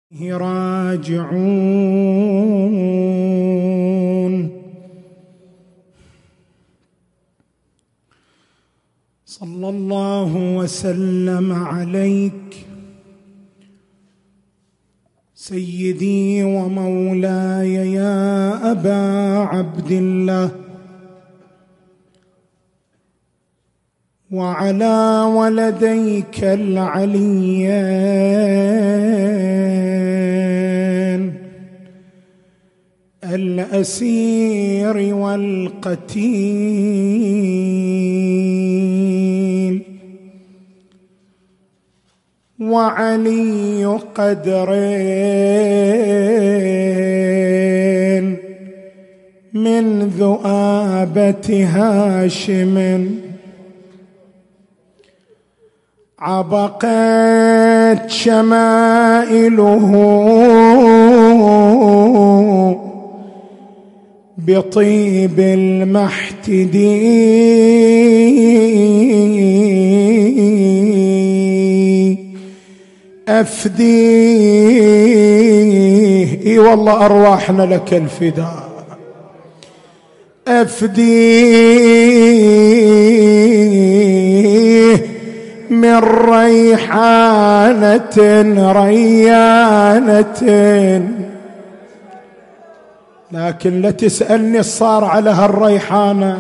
راجعون. صلى الله وسلم عليك سيدي ومولاي يا أبا عبد الله، وعلى ولديك العليين الأسير والقتيل، وعلي قدرين من ذؤابة هاشم، عبقت شمائله بطيب المحتدي أفديه. اي والله أرواحنا لك الفداء. أفديه من ريحانة ريانة، لكن لا تسألني صار على هالريحانة،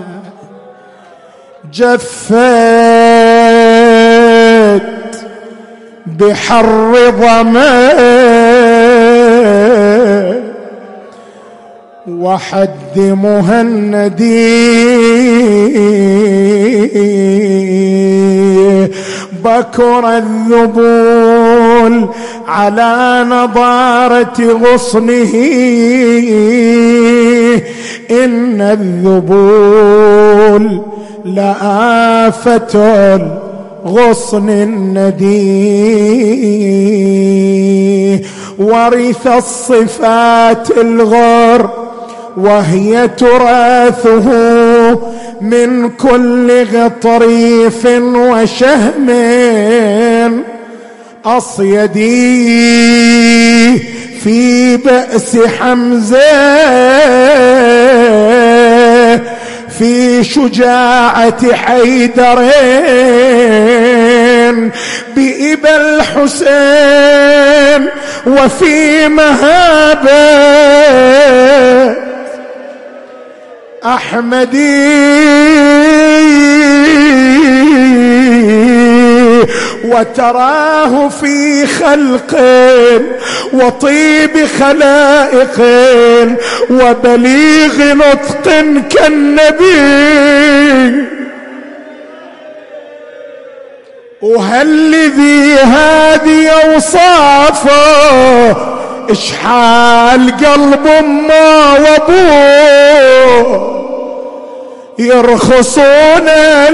جفت بحر ظما وحد مهندي، بكر الذبول على نضارة غصنه، إن الذبول لآفة الغصن الندي، ورث الصفات الغر وهي تراثه من كل غطريف وشهم، أصيدي في بأس حمزة في شجاعة حيدرين بإبا الحسين وفي مهابة أحمدي، وتراه في خلق وطيب خلائق وبليغ نطق كالنبي، وهل ذي هذه أوصافه اشحال قلب امه وابوه يرخصون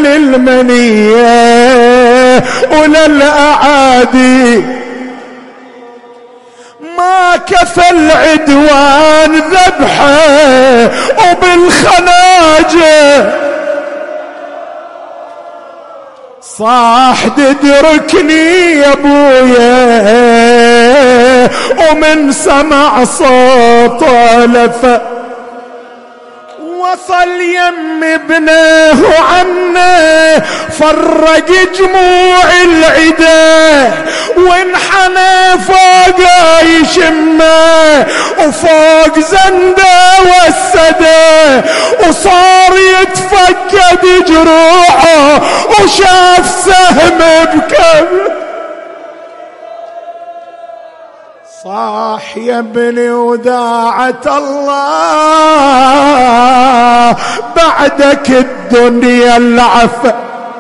للمنية وللأعادي، ما كفى العدوان ذبحه وبالخناجر صاح تدركني يا ابويا، ومن سمع صوته لف وصل يم ابنه عنه، فرق جموع العدا وانحنى فوقه يشمه وفوق زنده والسده، وصار يتفقد جروحه وشاف سهم بكبه، صاح يا ابني وداعة الله بعدك الدنيا العفا،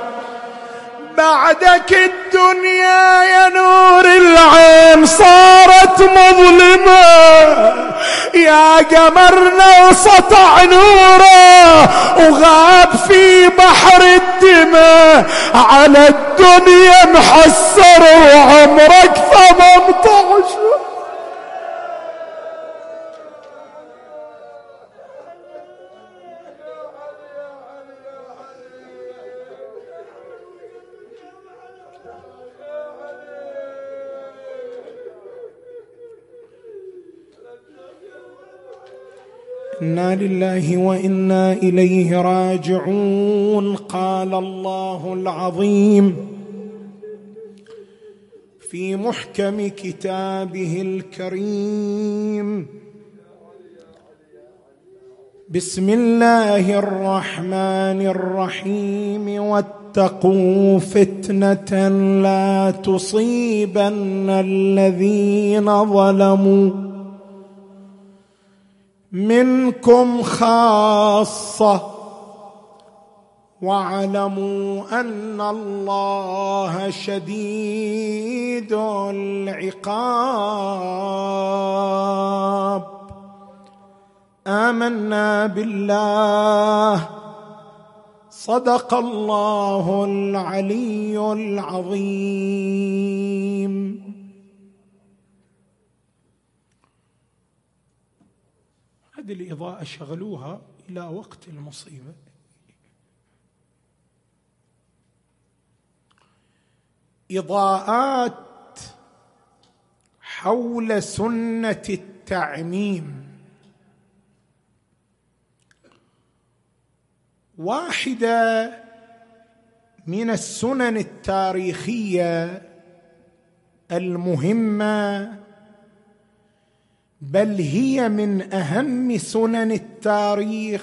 بعدك الدنيا يا نور العين صارت مظلمة، يا قمرنا وسطع نوره وغاب في بحر الدماء، على الدنيا محسر وعمرك 18. إنا لله وإنا إليه راجعون. قال الله العظيم في محكم كتابه الكريم: بسم الله الرحمن الرحيم: واتقوا فتنة لا تصيبن الذين ظلموا منكم خاصة واعلموا أن الله شديد العقاب. آمنا بالله. صدق الله العلي العظيم. هذه الإضاءة شغلوها إلى وقت المصيبة. إضاءات حول سنة التعميم. واحدة من السنن التاريخية المهمة، بل هي من أهم سنن التاريخ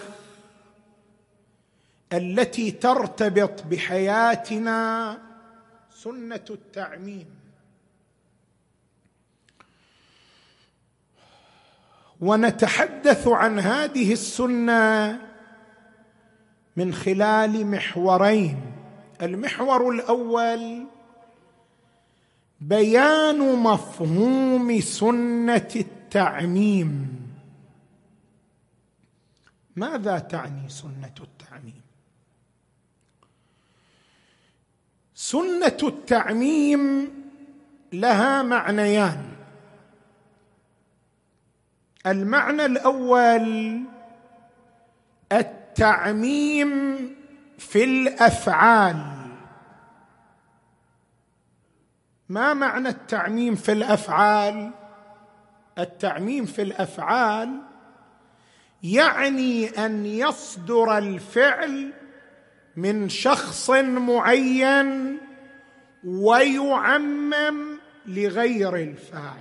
التي ترتبط بحياتنا، سنة التعميم. ونتحدث عن هذه السنة من خلال محورين. المحور الأول بيان مفهوم سنة التعميم. ماذا تعني سنة التعميم؟ سنة التعميم لها معنيان. المعنى الأول التعميم في الأفعال. ما معنى التعميم في الأفعال؟ التعميم في الأفعال يعني أن يصدر الفعل من شخص معين ويعمم لغير الفاعل.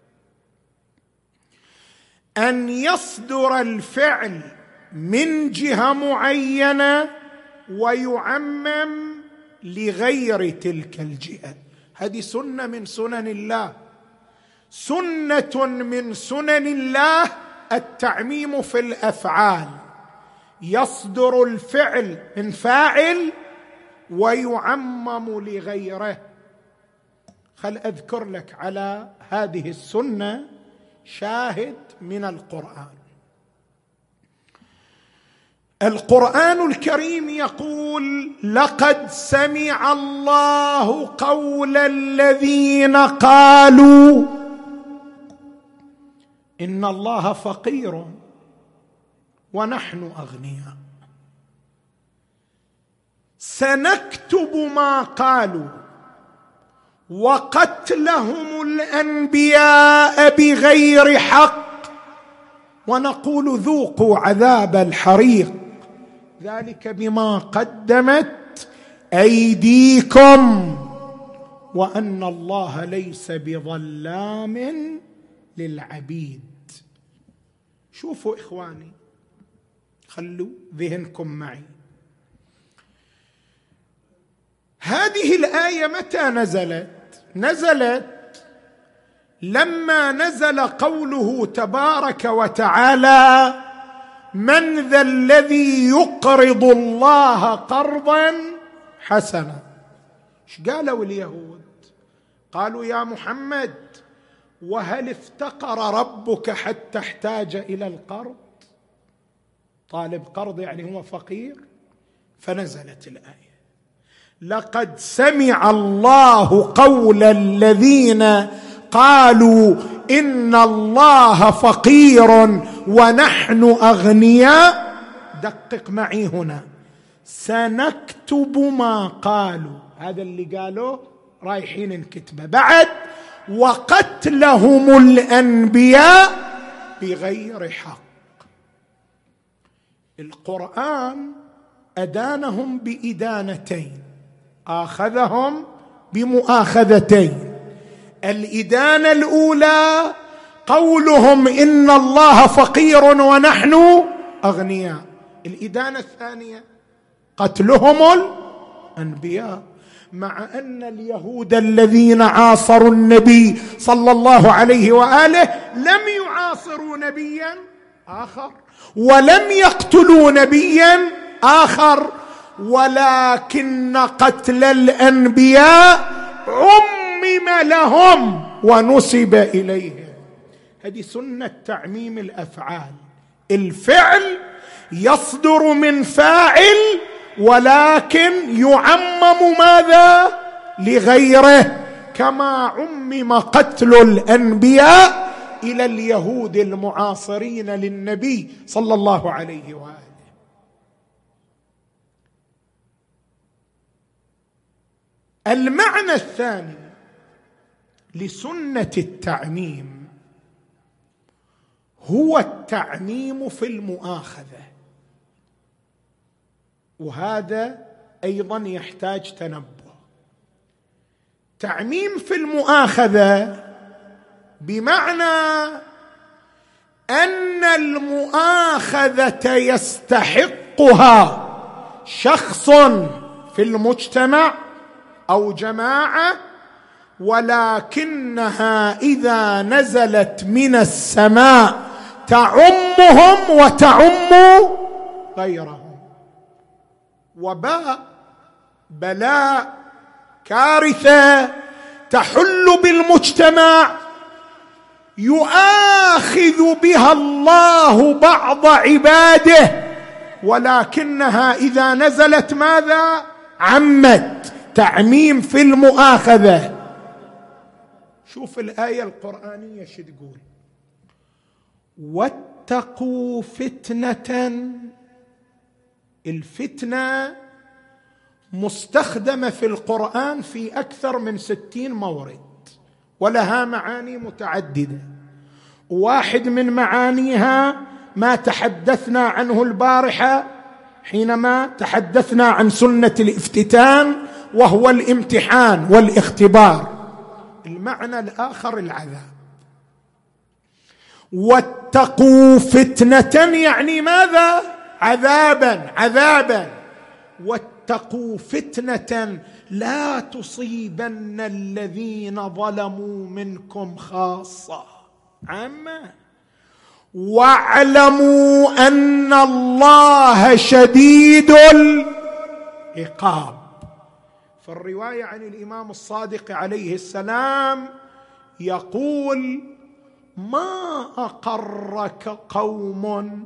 أن يصدر الفعل من جهة معينة ويعمم لغير تلك الجهة. هذه سنة من سنن الله. سنة من سنن الله التعميم في الأفعال، يصدر الفعل من فاعل ويعمم لغيره. خل أذكر لك على هذه السنة شاهد من القرآن. القرآن الكريم يقول: لقد سمع الله قول الذين قالوا إن الله فقير ونحن أغنياء. سنكتب ما قالوا وقتلهم الأنبياء بغير حق ونقول ذوقوا عذاب الحريق ذلك بما قدمت أيديكم وأن الله ليس بظلام للعبيد. شوفوا إخواني، خلوا ذهنكم معي. هذه الآية متى نزلت؟ نزلت لما نزل قوله تبارك وتعالى: من ذا الذي يقرض الله قرضا حسنا. ايش قالوا اليهود؟ قالوا: يا محمد، وهل افتقر ربك حتى احتاج إلى القرض؟ طالب قرض يعني هو فقير. فنزلت الآية: لقد سمع الله قول الذين قالوا إن الله فقير ونحن أغنياء. دقق معي هنا، سنكتب ما قالوا، هذا اللي قالوا رايحين نكتبه. بعد: وقتلهم الأنبياء بغير حق. القرآن أدانهم بإدانتين، آخذهم بمؤاخذتين. الإدانة الأولى قولهم إن الله فقير ونحن أغنياء. الإدانة الثانية قتلهم الأنبياء، مع أن اليهود الذين عاصروا النبي صلى الله عليه وآله لم يعاصروا نبيا آخر ولم يقتلوا نبيا آخر، ولكن قتل الأنبياء عمم لهم ونسب إليهم. هذه سنة تعميم الأفعال، الفعل يصدر من فاعل ولكن يعمم ماذا؟ لغيره، كما عمم قتل الأنبياء إلى اليهود المعاصرين للنبي صلى الله عليه وآله. المعنى الثاني لسنة التعميم هو التعميم في المؤاخذة، وهذا أيضا يحتاج تنبه. تعميم في المؤاخذة بمعنى أن المؤاخذة يستحقها شخص في المجتمع أو جماعة، ولكنها إذا نزلت من السماء تعمهم وتعم غيرهم. وباء، بلاء، كارثة تحل بالمجتمع يؤاخذ بها الله بعض عباده، ولكنها إذا نزلت ماذا؟ عمت. تعميم في المؤاخذة. شوف الآية القرآنية شو تقول: واتقوا فتنة. الفتنة مستخدمة في القرآن في أكثر من 60 مورد، ولها معاني متعددة. واحد من معانيها ما تحدثنا عنه البارحة حينما تحدثنا عن سنة الافتتان، وهو الامتحان والاختبار. المعنى الآخر العذاب. واتقوا فتنة يعني ماذا؟ عذابا. واتقوا فتنة لا تصيبن الذين ظلموا منكم خاصة، عامة. واعلموا أن الله شديد العقاب. فالرواية عن الإمام الصادق عليه السلام يقول: ما أقرك قوم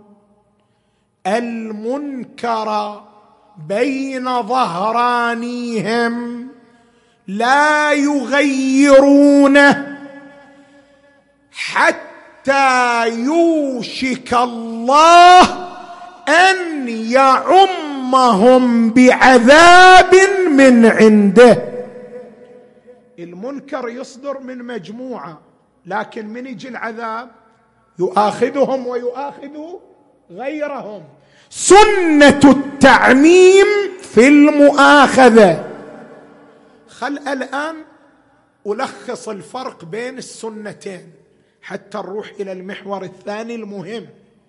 المنكر بين ظهرانيهم لا يغيرونه حتى يوشك الله أن يعمهم بعذاب من عنده. المنكر يصدر من مجموعة، لكن من يجي العذاب يؤاخذهم ويؤاخذ غيرهم. سنة التعميم في المؤاخذة. خل الآن ألخص الفرق بين السنتين حتى نروح إلى المحور الثاني المهم.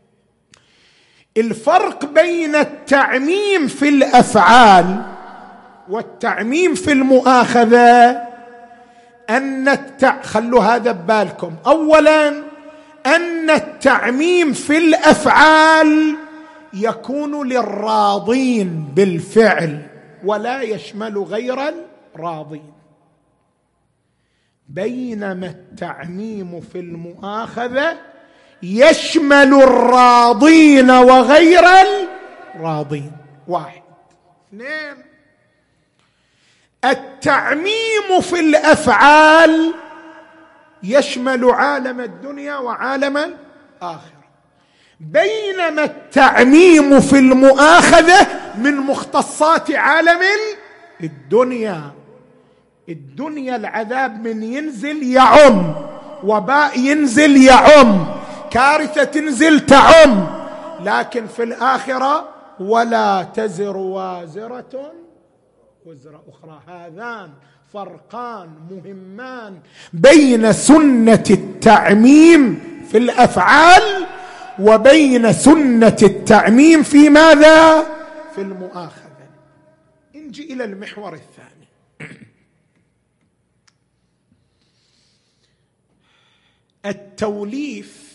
الفرق بين التعميم في الأفعال والتعميم في المؤاخذة خلوا هذا ببالكم. أولا، أن التعميم في الأفعال يكون للراضين بالفعل ولا يشمل غير الراضين، بينما التعميم في المؤاخذة يشمل الراضين وغير الراضين. 1. 2. التعميم في الأفعال يشمل عالم الدنيا وعالم الآخرة، بينما التعميم في المؤاخذة من مختصات عالم الدنيا. الدنيا العذاب من ينزل يعم، وباء ينزل يعم، كارثة تنزل تعم، لكن في الآخرة ولا تزر وازرة وزر أخرى. هذان فرقان مهمان بين سنة التعميم في الأفعال وبين سنة التعميم في ماذا؟ في المؤاخذة. نجي إلى المحور الثاني. التوليف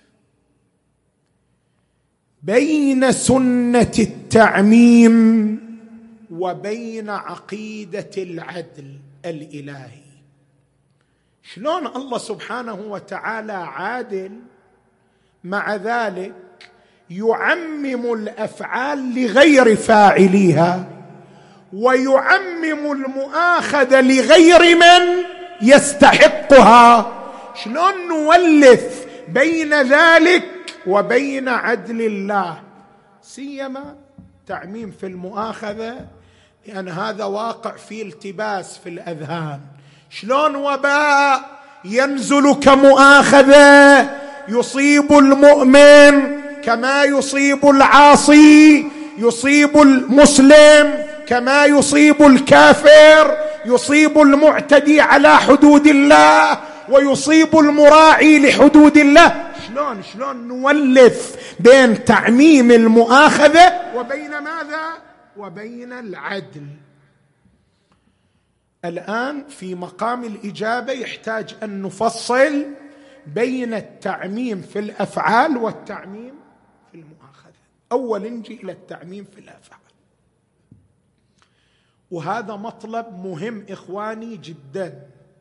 بين سنة التعميم وبين عقيدة العدل الإلهي. شلون الله سبحانه وتعالى عادل، مع ذلك يعمم الأفعال لغير فاعليها ويعمم المؤاخذة لغير من يستحقها. شلون نولف بين ذلك وبين عدل الله؟ سيما تعميم في المؤاخذة، لأن هذا واقع فيه التباس في الأذهان. شلون وباء ينزل كمؤاخذة يصيب المؤمن كما يصيب العاصي، يصيب المسلم كما يصيب الكافر، يصيب المعتدي على حدود الله ويصيب المراعي لحدود الله. شلون نولف بين تعميم المؤاخذة وبين ماذا؟ وبين العدل. الآن في مقام الإجابة يحتاج أن نفصل بين التعميم في الأفعال والتعميم في المؤاخذة. أولا نجي إلى التعميم في الأفعال، وهذا مطلب مهم إخواني جدا.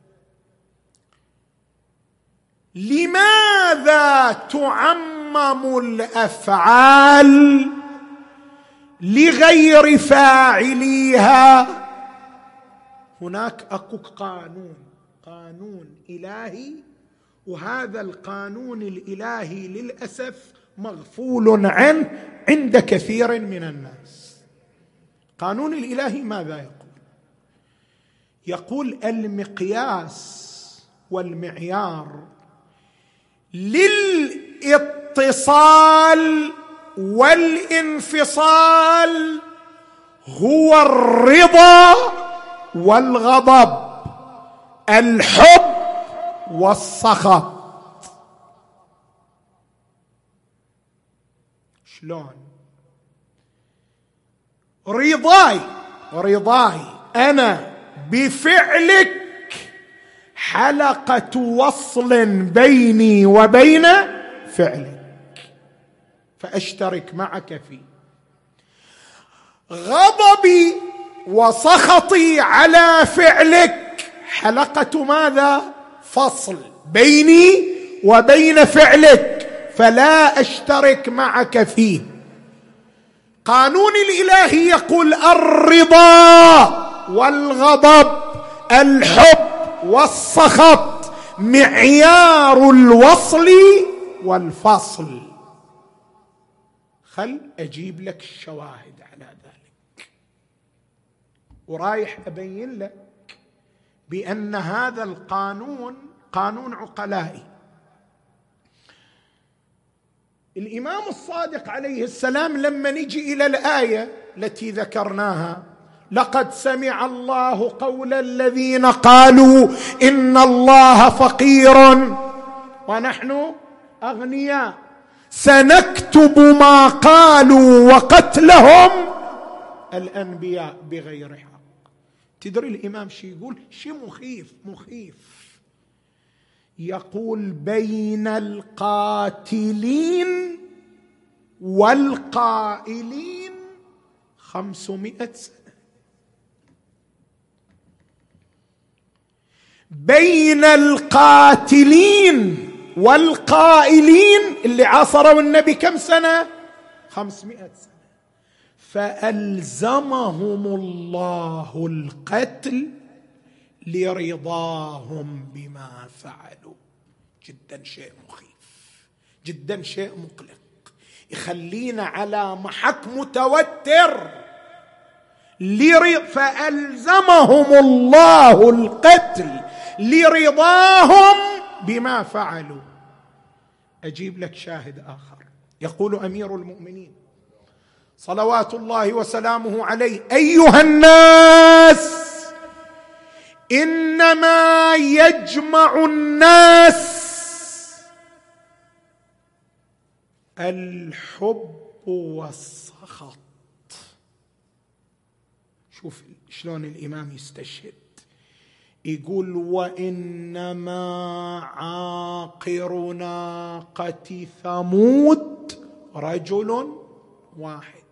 لماذا تعمم الأفعال لغير فاعليها؟ هناك أكو قانون إلهي، وهذا القانون الإلهي للأسف مغفول عنه عند كثير من الناس. قانون الإلهي ماذا يقول؟ يقول المقياس والمعيار للاتصال والانفصال هو الرضا والغضب، الحب والسخط. شلون؟ رضاي أنا بفعلك حلقة وصل بيني وبين فعلك فأشترك معك فيه. غضبي وسخطي على فعلك حلقة ماذا؟ فصل بيني وبين فعلك، فلا أشترك معك فيه. قانون الإلهي يقول الرضا والغضب، الحب والسخط معيار الوصل والفصل. خل أجيب لك الشواهد على ذلك، ورايح أبين لك بأن هذا القانون قانون عقلائي. الإمام الصادق عليه السلام لما نجي إلى الآية التي ذكرناها، لقد سمع الله قول الذين قالوا إن الله فقير ونحن أغنياء سنكتب ما قالوا وقتلهم الأنبياء بغير حق. تدري الإمام شي يقول؟ شي مخيف. يقول بين القاتلين والقائلين 500 سنة. بين القاتلين والقائلين اللي عاصروا النبي كم سنة؟ 500 سنة. فألزمهم الله القتل لرضاهم بما فعلوا. جدا شيء مخيف، جدا شيء مقلق، يخلينا على محك متوتر. فألزمهم الله القتل لرضاهم بما فعلوا. أجيب لك شاهد آخر. يقول أمير المؤمنين صلوات الله وسلامه عليه: أيها الناس، إنما يجمع الناس الحب والسخط. شوف شلون الإمام يستشهد، يقول: وإنما عاقر ناقة ثمود رجل واحد،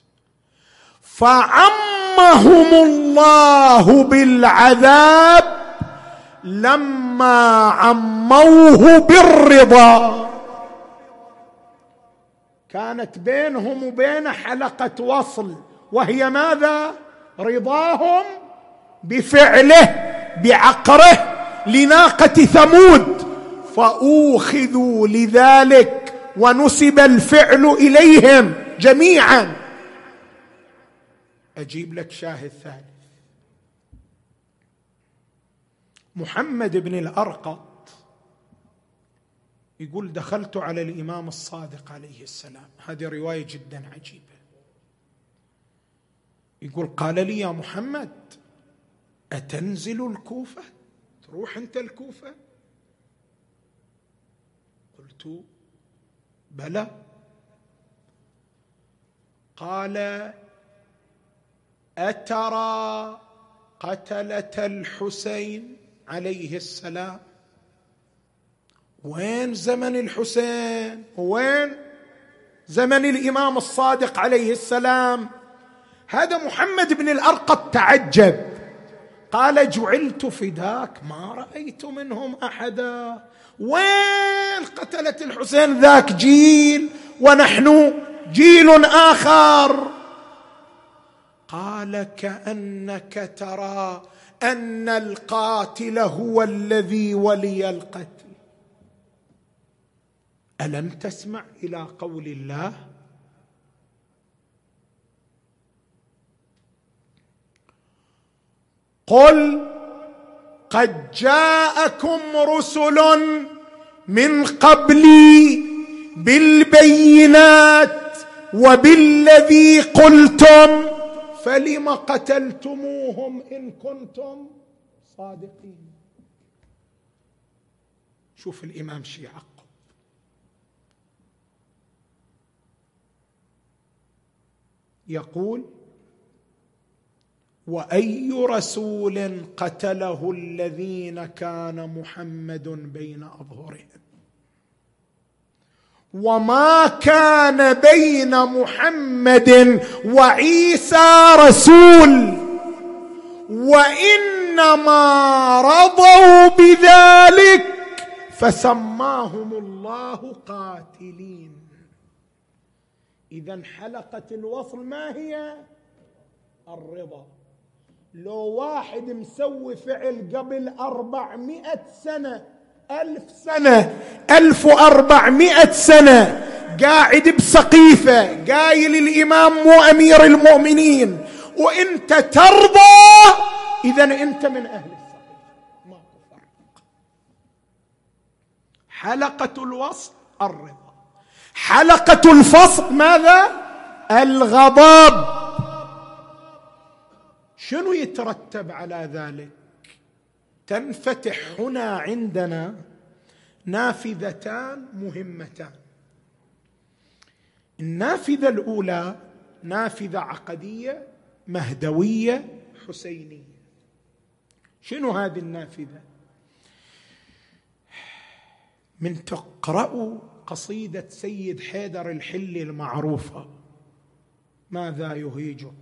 فعمهم الله بالعذاب لما عموه بالرضا. كانت بينهم وبين حلقة وصل، وهي ماذا؟ رضاهم بفعله بعقره لناقة ثمود، فأوخذوا لذلك ونسب الفعل إليهم جميعا. أجيب لك شاهد ثالث. محمد بن الأرقط يقول: دخلت على الإمام الصادق عليه السلام، هذه رواية جدا عجيبة. يقول: قال لي: يا محمد، أتنزل الكوفة؟ تروح أنت الكوفة؟ قلت: بلى. قال: أترى قتلة الحسين عليه السلام؟ وين زمن الحسين؟ وين زمن الإمام الصادق عليه السلام؟ هذا محمد بن الأرقط تعجب، قال: جعلت فداك، ما رأيت منهم أحدا. وين قتلة الحسين؟ ذاك جيل ونحن جيل آخر. قال: كأنك ترى أن القاتل هو الذي ولي القتل. ألم تسمع إلى قول الله: قل قد جاءكم رسل من قبلي بالبينات وبالذي قلتم فلم قتلتموهم إن كنتم صادقين. شوف الإمام شي يعقب، يقول: وأي رسول قتله الذين كان محمد بين أظهرهم، وما كان بين محمد وعيسى رسول، وإنما رضوا بذلك فسماهم الله قاتلين. إذن حلقة الوصل ما هي؟ الرضا. لو واحد مسوي فعل قبل 400 سنة، 1000 سنة، 1400 سنة، قاعد بسقيفة قايل الإمام مو أمير المؤمنين وإنت ترضى، إذن أنت من أهل السقيفة، ماكو فرق. حلقة الوصل الرضا، حلقة الفصل ماذا؟ الغضب. شنو يترتب على ذلك؟ تنفتح هنا عندنا نافذتان مهمتان. النافذة الأولى نافذة عقدية مهدوية حسينية. شنو هذه النافذة؟ من تقرأوا قصيدة سيد حيدر الحلي المعروفة ماذا يهيجك،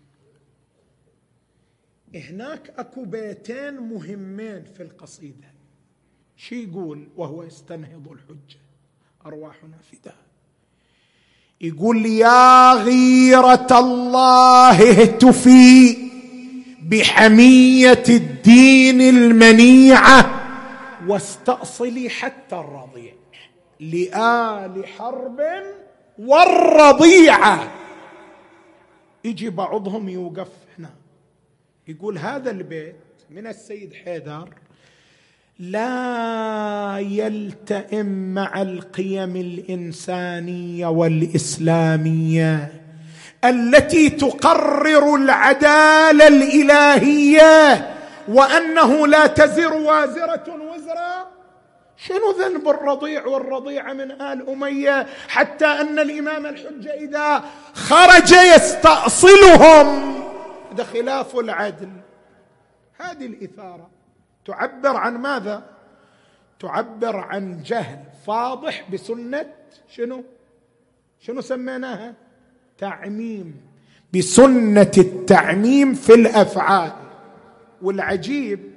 هناك اكو بيتين مهمين في القصيدة. شي يقول وهو يستنهض الحجة أرواحنا فداه؟ يقول: يا غيرة الله اهتفي بحمية الدين المنيعة واستأصلي حتى الرضيع لآل حرب والرضيعة. يجي بعضهم يوقف هنا يقول: هذا البيت من السيد حيدر لا يلتئم مع القيم الإنسانية والإسلامية التي تقرر العدالة الإلهية وأنه لا تزر وازرة وزر. شنو ذنب الرضيع والرضيعة من آل أمية حتى أن الإمام الحجة إذا خرج يستأصلهم؟ هذا خلاف العدل. هذه الإثارة تعبر عن ماذا؟ تعبر عن جهل فاضح بسنة شنو سميناها؟ تعميم، بسنة التعميم في الأفعال. والعجيب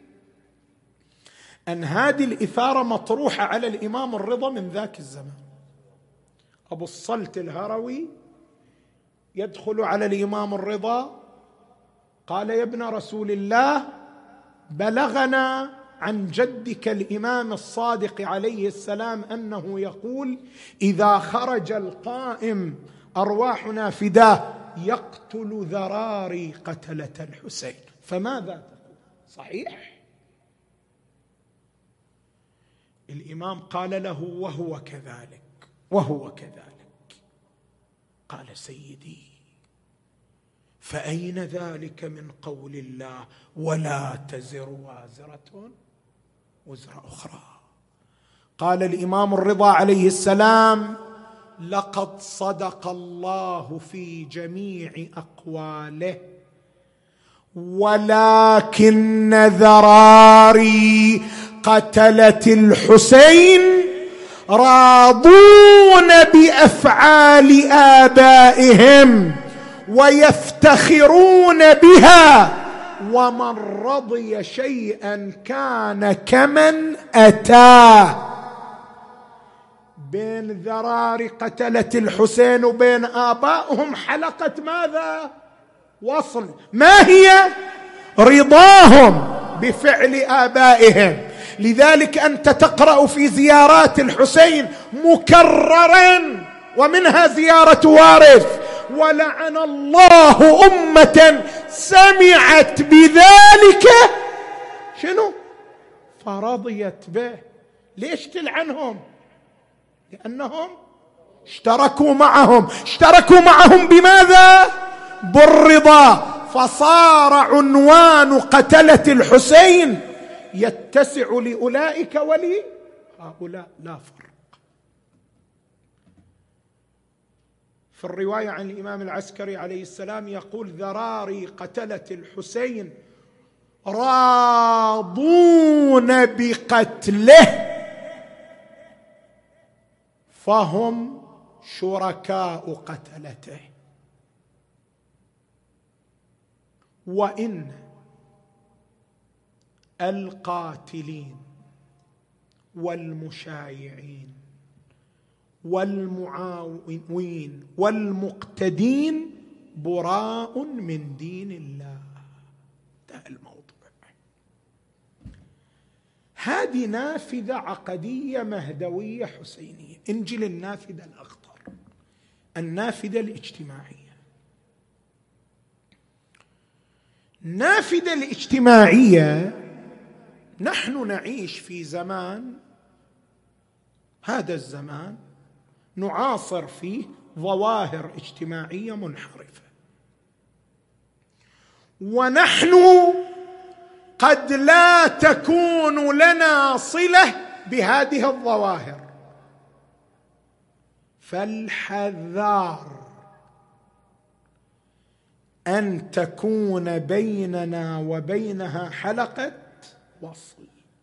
أن هذه الإثارة مطروحة على الإمام الرضا من ذاك الزمان. أبو الصلت الهروي يدخل على الإمام الرضا قال: يا ابن رسول الله، بلغنا عن جدك الإمام الصادق عليه السلام أنه يقول: إذا خرج القائم أرواحنا فداه يقتل ذراري قتلة الحسين، فماذا تقول؟ صحيح؟ الإمام قال له: وهو كذلك. قال: سيدي، فأين ذلك من قول الله: ولا تزر وازرة وزر أخرى؟ قال الإمام الرضا عليه السلام: لقد صدق الله في جميع أقواله، ولكن ذراري قتلة الحسين راضون بأفعال آبائهم ويفتخرون بها، ومن رضي شيئا كان كمن أتاه. بين ذرار قتلة الحسين وبين آبائهم حلقة ماذا؟ وصل. ما هي؟ رضاهم بفعل آبائهم. لذلك أنت تقرأ في زيارات الحسين مكررا، ومنها زيارة وارث: ولعن الله أمة سمعت بذلك فرضيت به. ليش تلعنهم؟ لأنهم اشتركوا معهم بماذا؟ بالرضا. فصار عنوان قتلة الحسين يتسع لأولئك ولهؤلاء، لا فرق. في الرواية عن الإمام العسكري عليه السلام يقول: ذراري قتلة الحسين راضون بقتله فهم شركاء قتلته. وإن القاتلين والمشايعين والمعاونين والمقتدين براء من دين الله. ده الموضوع. هذه نافذة عقدية مهدوية حسينية. انجل النافذة الأخطر، النافذة الاجتماعية. النافذة الاجتماعية، نحن نعيش في زمان، هذا الزمان نعاصر فيه ظواهر اجتماعية منحرفة، ونحن قد لا تكون لنا صلة بهذه الظواهر، فالحذار أن تكون بيننا وبينها حلقة وصل،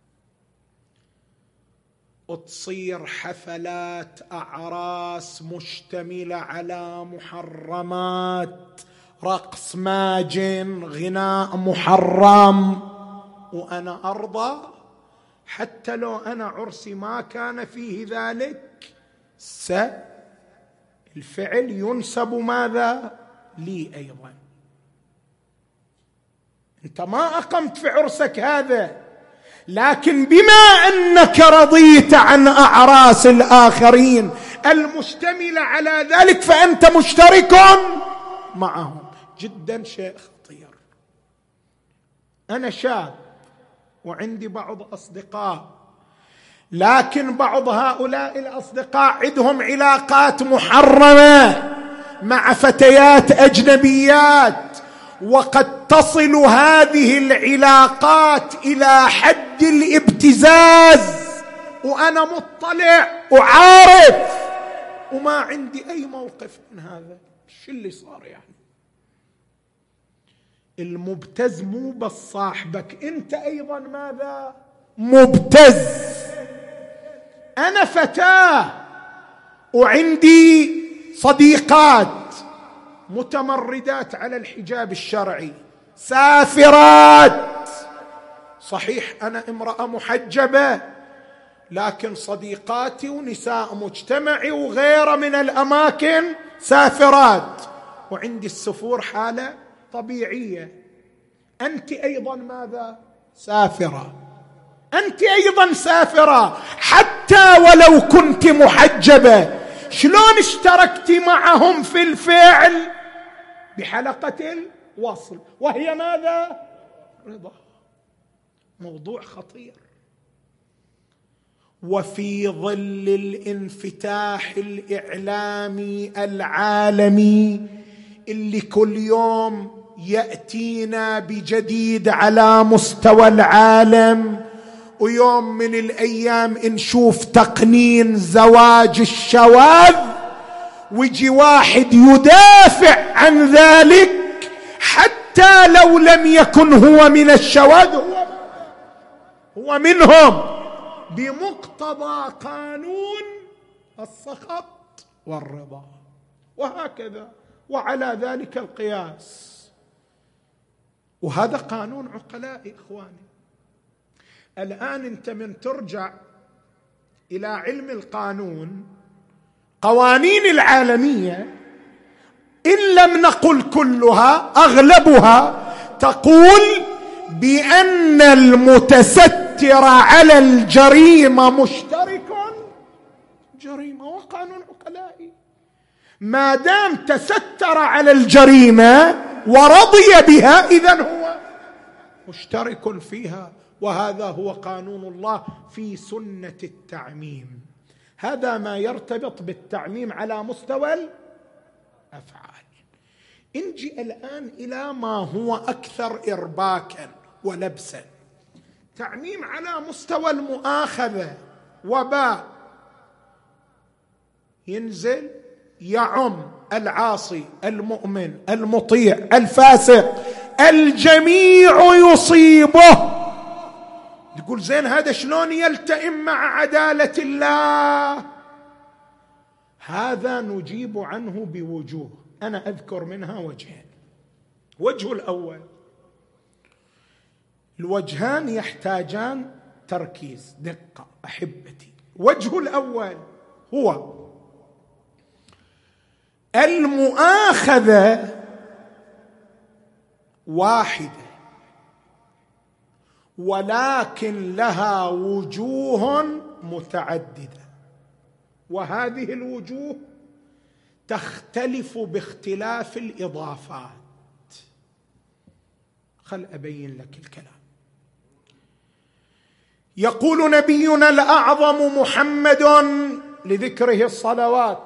وتصير حفلات أعراس مشتملة على محرمات، رقص ماجن، غناء محرم، وأنا أرضى حتى لو أنا عرسي ما كان فيه ذلك، الفعل ينسب ماذا؟ لي أيضا. أنت ما أقمت في عرسك هذا، لكن بما أنك رضيت عن أعراس الآخرين المشتملة على ذلك فأنت مشترك معهم. جدا شيء خطير. أنا شاب وعندي بعض أصدقاء، لكن بعض هؤلاء الأصدقاء عندهم علاقات محرمة مع فتيات أجنبيات، وقد تصل هذه العلاقات إلى حد الابتزاز، وأنا مطلع وعارف وما عندي أي موقف من هذا. شو اللي صار يعني؟ المبتز مو بس صاحبك، أنت أيضا ماذا؟ مبتز. أنا فتاة وعندي صديقات متمردات على الحجاب الشرعي، سافرات. صحيح أنا امرأة محجبة، لكن صديقاتي ونساء مجتمعي وغيره من الأماكن سافرات، وعندي السفور حالة طبيعية. أنت أيضا ماذا؟ سافرة. أنت أيضا سافرة، حتى ولو كنت محجبة. شلون اشتركت معهم في الفعل؟ بحلقة الوصل، وهي ماذا؟ رضا. موضوع خطير. وفي ظل الانفتاح الإعلامي العالمي اللي كل يوم يأتينا بجديد على مستوى العالم، ويوم من الأيام نشوف تقنين زواج الشواذ، ويجي واحد يدافع عن ذلك حتى لو لم يكن هو من الشواذ، هو منهم، بمقتضى قانون السخط والرضا، وهكذا وعلى ذلك القياس. وهذا قانون عقلاء إخواني. الآن أنت من ترجع إلى علم القانون، قوانين العالمية إن لم نقل كلها أغلبها تقول بأن المتستر على الجريمة مشترك جريمة، وقانون عقلائي. ما دام تستر على الجريمة ورضي بها إذن هو مشترك فيها، وهذا هو قانون الله في سنة التعميم. هذا ما يرتبط بالتعميم على مستوى الأفعال. نجي الآن إلى ما هو أكثر إرباكا ولبسا. تعميم على مستوى المؤاخذة، وباء ينزل يعم العاصي المؤمن المطيع الفاسق، الجميع يصيبه. تقول زين هذا شلون يلتئم مع عدالة الله؟ هذا نجيب عنه بوجوه، أنا أذكر منها وجهين. وجه الأول، الوجهان يحتاجان تركيز دقة أحبتي. وجه الأول هو المؤاخذة واحدة، ولكن لها وجوه متعددة، وهذه الوجوه تختلف باختلاف الإضافات. خل أبين لك الكلام. يقول نبينا الأعظم محمد لذكره الصلوات: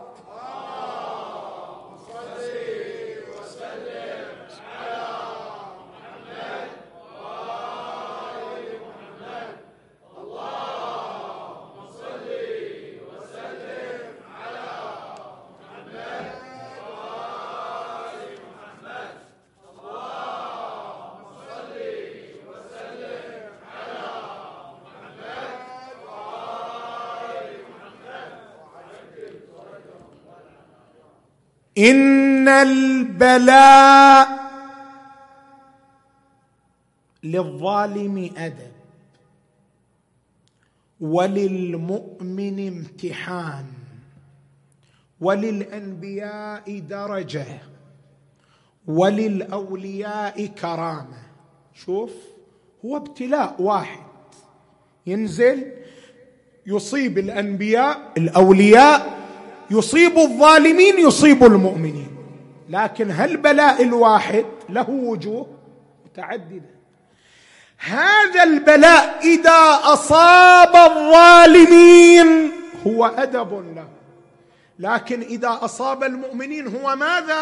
إن البلاء للظالم أدب، وللمؤمن امتحان، وللأنبياء درجة، وللأولياء كرامة. شوف، هو ابتلاء واحد ينزل يصيب الأنبياء الأولياء، يصيب الظالمين، يصيب المؤمنين. لكن هالبلاء الواحد له وجوه متعددة. هذا البلاء إذا أصاب الظالمين هو أدب له، لكن إذا أصاب المؤمنين هو ماذا؟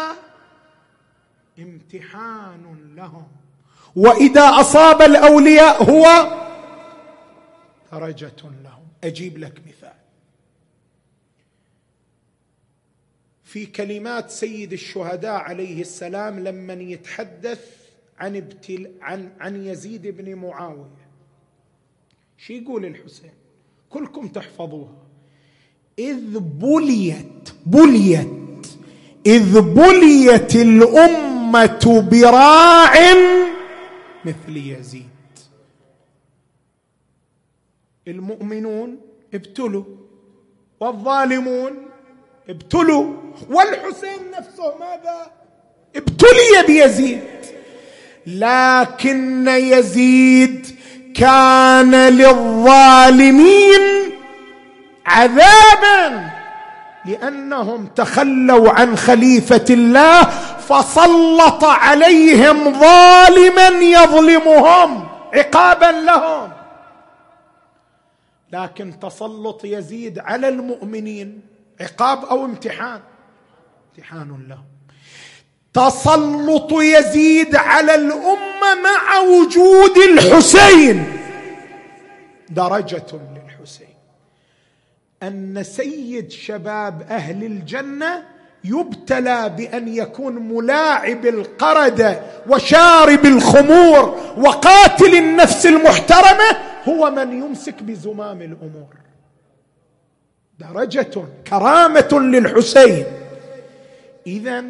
امتحان لهم. وإذا أصاب الأولياء هو درجة لهم. أجيب لك مثال في كلمات سيد الشهداء عليه السلام لما يتحدث عن يزيد بن معاوية. شو يقول الحسين؟ كلكم تحفظوها. إذ بليت الأمة براع مثل يزيد. المؤمنون ابتلوا والظالمون ابتلوا، والحسين نفسه ماذا؟ ابتلي بيزيد. لكن يزيد كان للظالمين عذابا لأنهم تخلوا عن خليفة الله فسلط عليهم ظالما يظلمهم عقابا لهم. لكن تسلط يزيد على المؤمنين عقاب أو امتحان؟ امتحان لهم. تسلط يزيد على الأمة مع وجود الحسين درجة للحسين. أن سيد شباب أهل الجنة يبتلى بأن يكون ملاعب القردة وشارب الخمور وقاتل النفس المحترمة هو من يمسك بزمام الأمور. درجة كرامة للحسين. إذن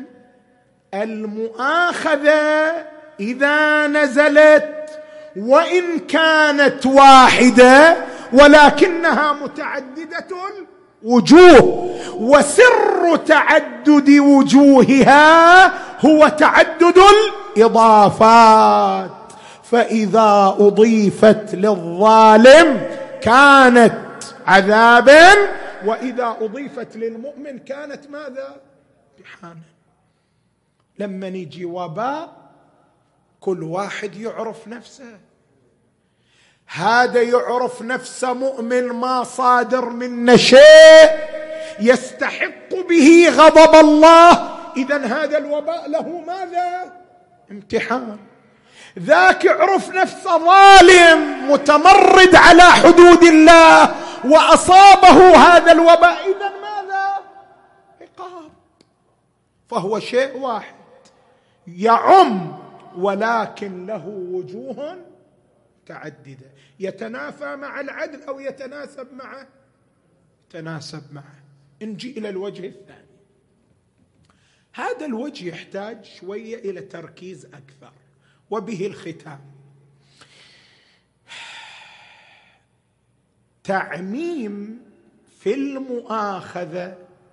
المؤاخذة إذا نزلت وإن كانت واحدة ولكنها متعددة الوجوه، وسر تعدد وجوهها هو تعدد الإضافات. فإذا أضيفت للظالم كانت عذابا، وإذا أضيفت للمؤمن كانت ماذا؟ امتحانا. لما نيجي وباء كل واحد يعرف نفسه. هذا يعرف نفسه مؤمن ما صادر منا شيء يستحق به غضب الله، إذن هذا الوباء له ماذا؟ امتحان. ذاك يعرف نفسه ظالم متمرد على حدود الله وأصابه هذا الوباء، إذن ماذا؟ عقاب. فهو شيء واحد يعم ولكن له وجوه متعددة، يتنافى مع العدل أو يتناسب معه. نجي إلى الوجه الثاني. هذا الوجه يحتاج شوية إلى تركيز أكثر، وبه الختام. تعميم في المؤاخذة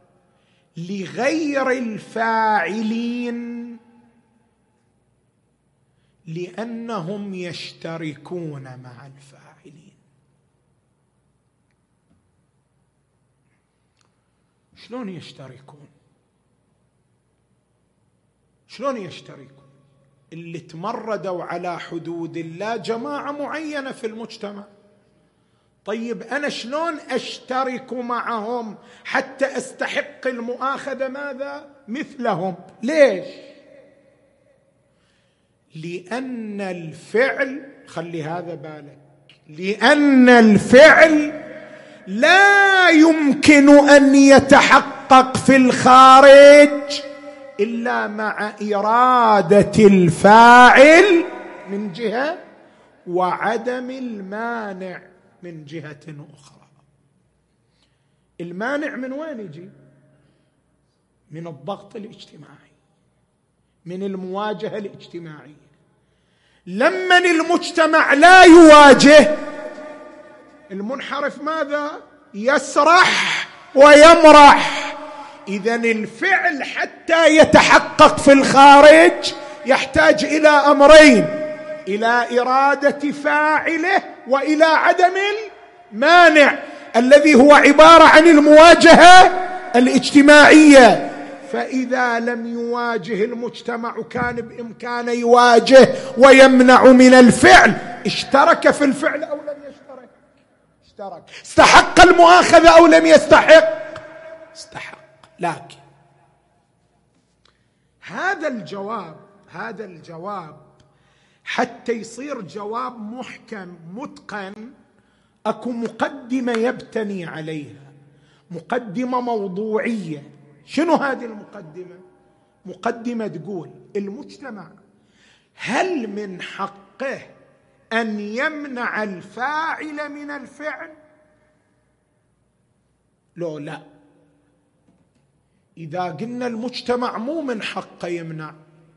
لغير الفاعلين لأنهم يشتركون مع الفاعلين. شلون يشتركون؟ اللي تمردوا على حدود الله جماعة معينة في المجتمع. طيب أنا شلون أشترك معهم حتى أستحق المؤاخذة ماذا؟ مثلهم. ليش؟ لأن الفعل، خلي هذا بالك، لأن الفعل لا يمكن أن يتحقق في الخارج إلا مع إرادة الفاعل من جهة وعدم المانع من جهة أخرى. المانع من وين يجي؟ من الضغط الاجتماعي، من المواجهة الاجتماعية. لما المجتمع لا يواجه المنحرف ماذا؟ يسرح ويمرح. إذن الفعل حتى يتحقق في الخارج يحتاج إلى أمرين: إلى إرادة فاعله وإلى عدم المانع الذي هو عبارة عن المواجهة الاجتماعية. فإذا لم يواجه المجتمع كان بإمكانه يواجه ويمنع من الفعل، اشترك في الفعل أو لم يشترك؟ اشترك. استحق المؤاخذة أو لم يستحق؟ استحق. لكن هذا الجواب حتى يصير جواب محكم متقن، اكو مقدمة يبتني عليها، مقدمة موضوعية. شنو هذه المقدمة؟ مقدمة تقول المجتمع هل من حقه أن يمنع الفاعل من الفعل؟ لا. إذا قلنا المجتمع مو من حقه يمنع،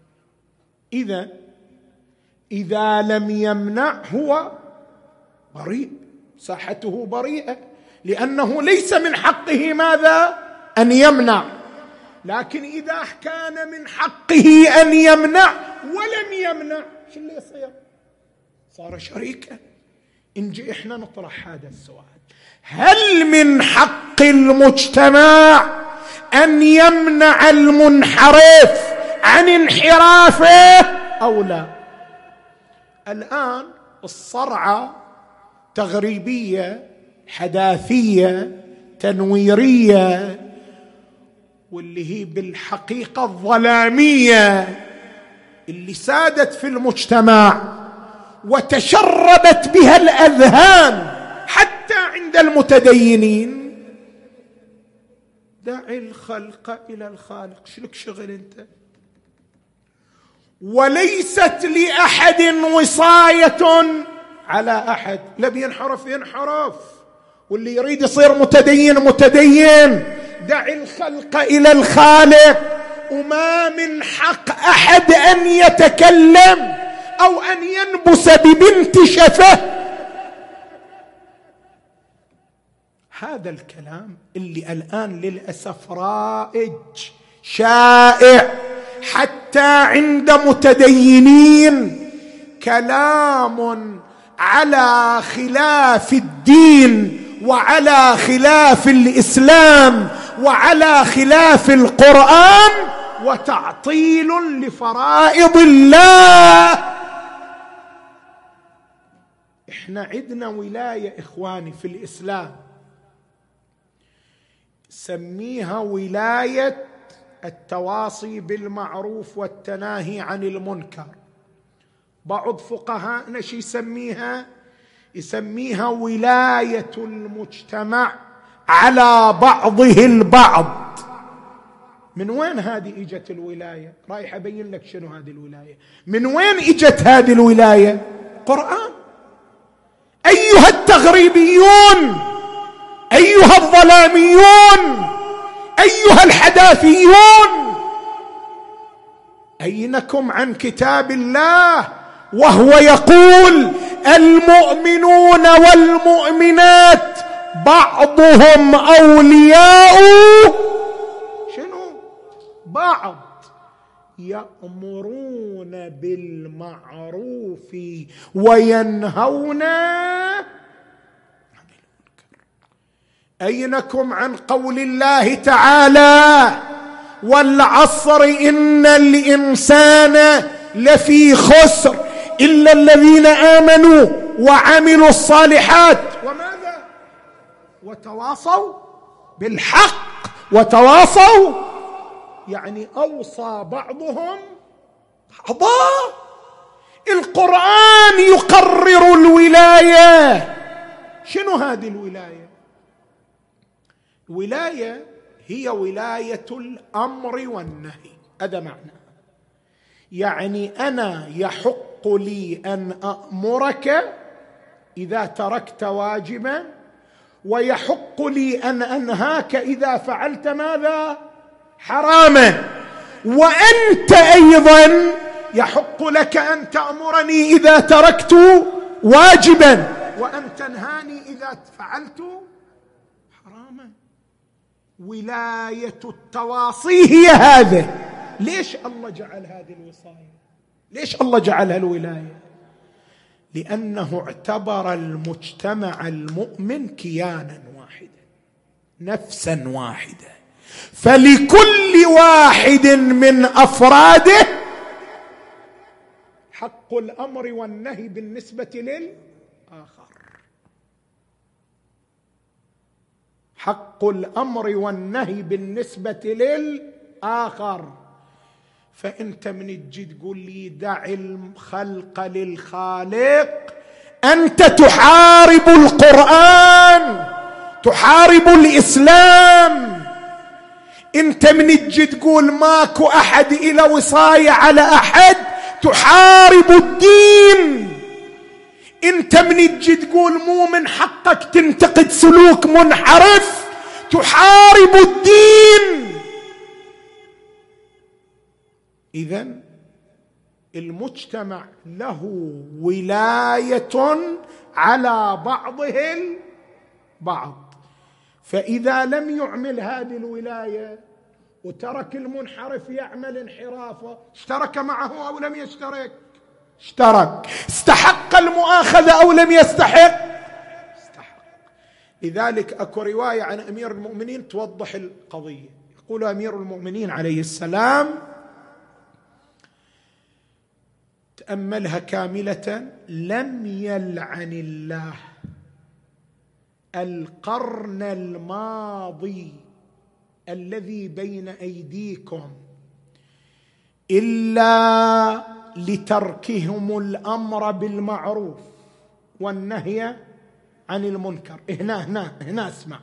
إذا لم يمنع هو بريء، ساحته بريئة، لأنه ليس من حقه ماذا؟ أن يمنع. لكن إذا كان من حقه أن يمنع ولم يمنع، شو اللي يصير؟ صار شريكا. نجي إحنا نطرح هذا السؤال: هل من حق المجتمع أن يمنع المنحرف عن انحرافه أو لا؟ الآن الصرعة تغريبية حداثية تنويرية، واللي هي بالحقيقة الظلامية اللي سادت في المجتمع وتشربت بها الأذهان حتى عند المتدينين: دع الخلق إلى الخالق، شلك شغل أنت؟ وليست لأحد وصاية على أحد، لا بينحرف ينحرف، واللي يريد يصير متدين. دع الخلق إلى الخالق، وما من حق أحد أن يتكلم أو أن ينبس ببنت شفه. هذا الكلام اللي الآن للأسف رائج شائع حتى عند متدينين، كلام على خلاف الدين وعلى خلاف الإسلام وعلى خلاف القرآن، وتعطيل لفرائض الله. احنا عندنا ولاية إخواني في الإسلام سميها ولاية التواصي بالمعروف والتناهي عن المنكر. بعض فقهاءنا شي يسميها ولاية المجتمع على بعضه البعض. من وين هذه اجت الولاية؟ رايح ابين لك شنو هذه الولاية. من وين اجت هذه الولاية؟ قرآن. ايها التغريبيون، ايها الظلاميون، ايها الحداثيون، اينكم عن كتاب الله وهو يقول: المؤمنون والمؤمنات بعضهم أولياء شنو؟ بعض، يأمرون بالمعروف وينهون عن المنكر. أينكم عن قول الله تعالى: والعصر إن الإنسان لفي خسر إلا الذين آمنوا وعملوا الصالحات وماذا؟ وتواصوا بالحق وتواصوا، يعني أوصى بعضهم بعضا. القرآن يقرر الولاية. شنو هذه الولاية؟ الولاية هي ولاية الأمر والنهي. هذا معنى، يعني أنا يحق لي أن أأمرك إذا تركت واجبا، ويحق لي أن أنهاك إذا فعلت ماذا؟ حراما. وأنت أيضا يحق لك أن تأمرني إذا تركت واجبا، وأن تنهاني إذا فعلت حراما. ولاية التواصي هي هذا. ليش الله جعل هذه الوصاية؟ ليش الله جعلها الولاية؟ لأنه اعتبر المجتمع المؤمن كيانا واحدا، نفسا واحدة، فلكل واحد من أفراده حق الأمر والنهي بالنسبة للآخر. حق الأمر والنهي بالنسبة للآخر. فأنت من تجي تقول لي دع الخلق للخالق، أنت تحارب القرآن، تحارب الإسلام. أنت من تجي تقول ماكو أحد إلى وصاية على أحد، تحارب الدين. أنت من تجي تقول مو من حقك تنتقد سلوك منحرف، تحارب الدين. إذن المجتمع له ولاية على بعضه البعض، فإذا لم يعمل هذه الولاية وترك المنحرف يعمل انحرافه، اشترك معه أو لم يشترك؟ اشترك. استحق المؤاخذة أو لم يستحق؟ استحق. لذلك أكو رواية عن أمير المؤمنين توضح القضية. يقول أمير المؤمنين عليه السلام، تأملها كاملة: لم يلعن الله القرن الماضي الذي بين أيديكم إلا لتركهم الأمر بالمعروف والنهي عن المنكر. هنا اسمع: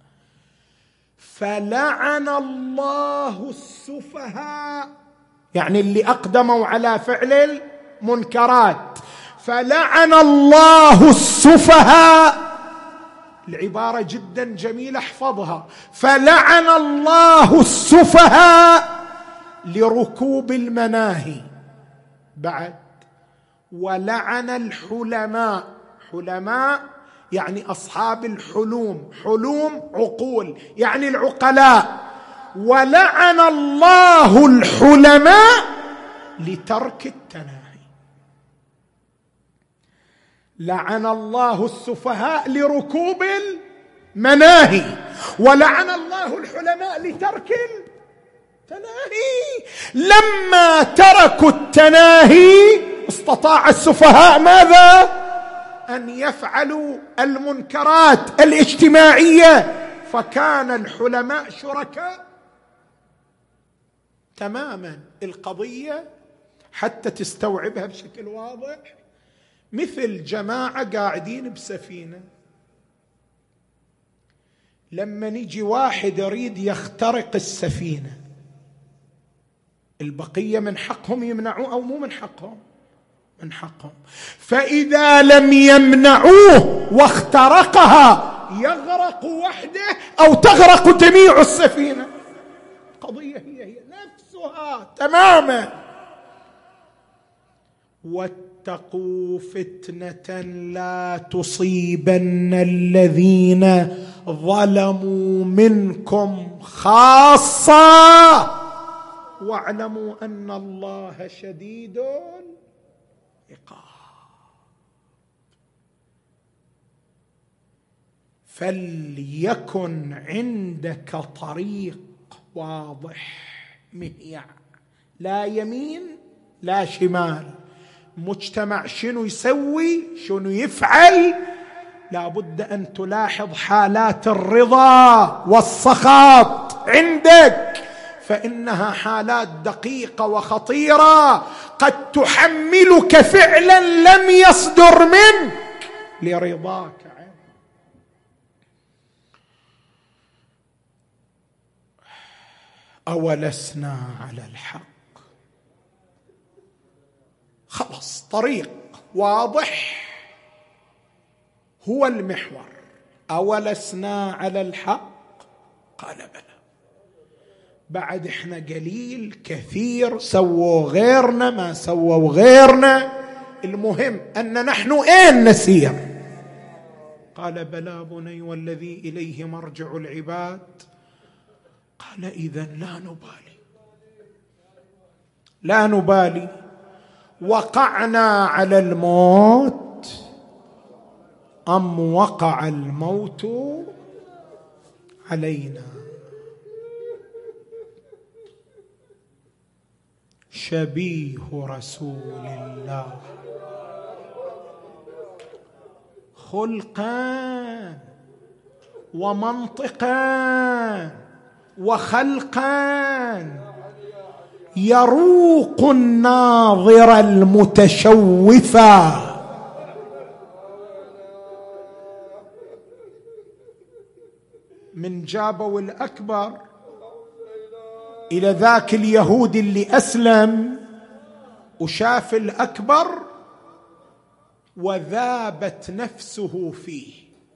فلعن الله السفهاء، يعني اللي أقدموا على فعل المنكرات. فلعن الله السفهاء، العبارة جدا جميلة احفظها: فلعن الله السفهاء لركوب المناهي. بعد: ولعن الحلماء، حلماء يعني أصحاب الحلوم، حلوم عقول يعني العقلاء. ولعن الله الحلماء لترك التناهي. لعن الله السفهاء لركوب المناهي، ولعن الله الحلماء لترك التناهي. لما تركوا التناهي استطاع السفهاء ماذا؟ أن يفعلوا المنكرات الاجتماعية، فكان الحلماء شركاء تماما. القضية حتى تستوعبها بشكل واضح مثل جماعة قاعدين بسفينة، لما نيجي واحد يريد يخترق السفينة، البقية من حقهم يمنعوه أو مو من حقهم؟ من حقهم. فإذا لم يمنعوه واخترقها يغرق وحده أو تغرق جميع السفينة. القضية هي نفسها تماما. واتقوا فتنة لا تصيبن الذين ظلموا منكم خاصة واعلموا أن الله شديد العقاب. فليكن عندك طريق واضح مهيع، لا يمين لا شمال. مجتمع شنو يسوي، شنو يفعل، لابد أن تلاحظ حالات الرضا والسخط عندك، فإنها حالات دقيقة وخطيرة قد تحملك فعلا لم يصدر منك لرضاك عنه. أولسنا على الحق. خلاص، طريق واضح هو المحور. أولسنا على الحق؟ قال بلى. بعد احنا قليل كثير سووا غيرنا ما سووا غيرنا، المهم أن نحن أين نسير؟ قال بلى بني والذي إليه مرجع العباد. قال إذن لا نبالي. وقعنا على الموت أم وقع الموت علينا؟ شبيه رسول الله خلقا ومنطقا وخلقا، يروق الناظر المتشوفا. من جابوا الأكبر إلى ذاك اليهودي اللي أسلم وشاف الأكبر وذابت نفسه فيه.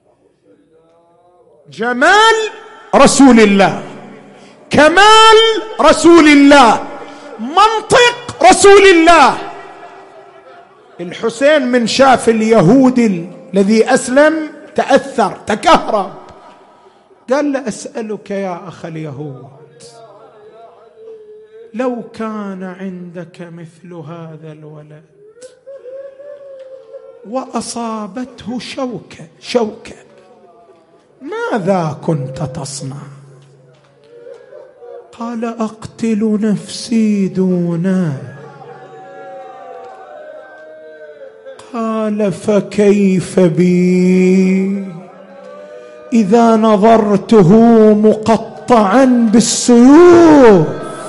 جمال رسول الله، كمال رسول الله، منطق رسول الله. الحسين من شاف اليهودي الذي أسلم تأثر، تكهرب، قال له: أسألك يا أخ اليهود، لو كان عندك مثل هذا الولد وأصابته شوكة ماذا كنت تصنع؟ قال: أقتل نفسي دونه. قال: فكيف بي إذا نظرته مقطعا بالسيوف؟